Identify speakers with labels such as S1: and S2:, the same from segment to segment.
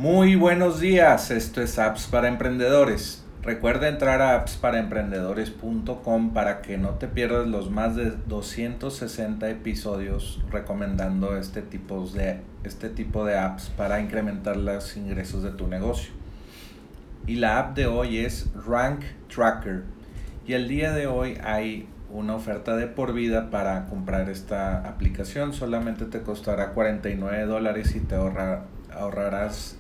S1: Muy buenos días, esto es Apps para Emprendedores. Recuerda entrar a appsparaemprendedores.com para que no te pierdas los más de 260 episodios recomendando este tipo de apps para incrementar los ingresos de tu negocio. Y la app de hoy es Rank Tracker. Y el día de hoy hay una oferta de por vida para comprar esta aplicación. Solamente te costará $49 y te ahorrarás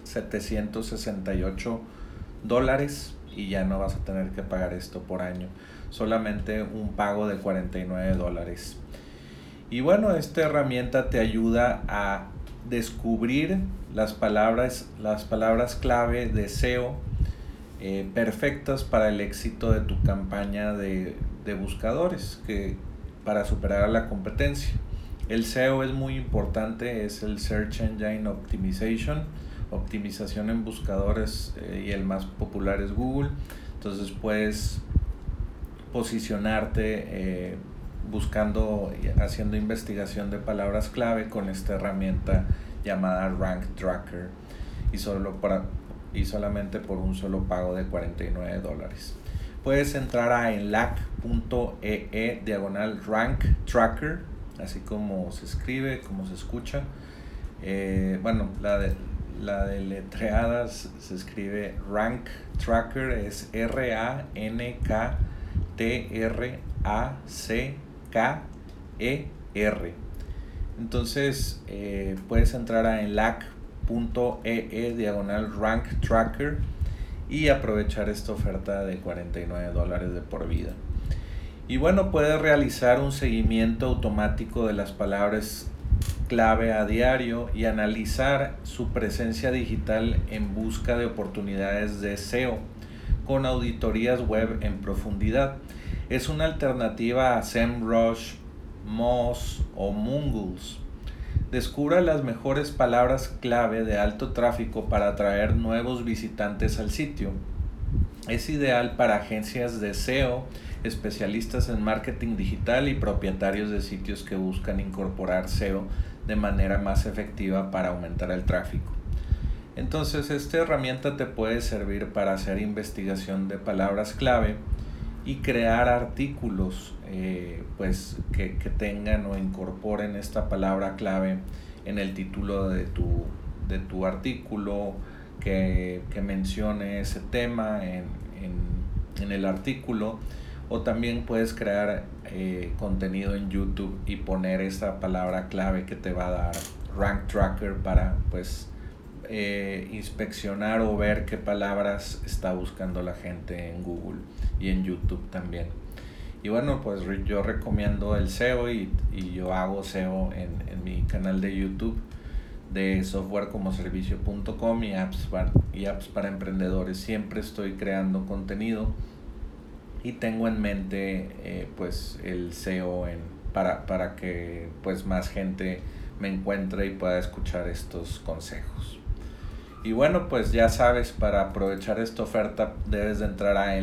S1: $768 y ya no vas a tener que pagar esto por año. Solamente un pago de $49. Y bueno, esta herramienta te ayuda a descubrir las palabras clave de SEO perfectas para el éxito de tu campaña de buscadores para superar a la competencia. El SEO es muy importante, es el Search Engine Optimization, optimización en buscadores, y el más popular es Google. Entonces puedes posicionarte haciendo investigación de palabras clave con esta herramienta llamada Rank Tracker y solamente por un solo pago de $49. Puedes entrar a enlac.ee/rank tracker, así como se escribe, como se escucha. La deletreada se escribe Rank Tracker, es RANKTRACKER. Entonces puedes entrar a enlac.ee/rank tracker y aprovechar esta oferta de $49 de por vida. Y bueno, puedes realizar un seguimiento automático de las palabras clave a diario y analizar su presencia digital en busca de oportunidades de SEO con auditorías web en profundidad. Es una alternativa a SEMrush, Moz o Moongoogle. Descubra las mejores palabras clave de alto tráfico para atraer nuevos visitantes al sitio. Es ideal para agencias de SEO, especialistas en marketing digital y propietarios de sitios que buscan incorporar SEO de manera más efectiva para aumentar el tráfico. Entonces, esta herramienta te puede servir para hacer investigación de palabras clave y crear artículos que tengan o incorporen esta palabra clave en el título de tu artículo, que mencione ese tema en el artículo. O también puedes crear contenido en YouTube y poner esa palabra clave que te va a dar Rank Tracker para inspeccionar o ver qué palabras está buscando la gente en Google y en YouTube también. Y bueno, pues yo recomiendo el SEO y yo hago SEO en mi canal de YouTube de softwarecomoservicio.com y apps para emprendedores. Siempre estoy creando contenido y tengo en mente el SEO para que más gente me encuentre y pueda escuchar estos consejos. Y bueno, pues ya sabes, para aprovechar esta oferta debes de entrar a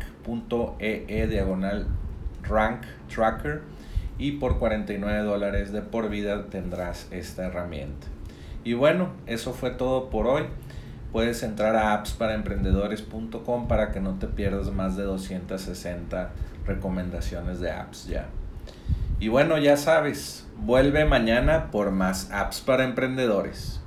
S1: enlac.ee/rank tracker y por $49 de por vida tendrás esta herramienta. Y bueno, eso fue todo por hoy. Puedes entrar a appsparaemprendedores.com para que no te pierdas más de 260 recomendaciones de apps ya. Y bueno, ya sabes, vuelve mañana por más apps para emprendedores.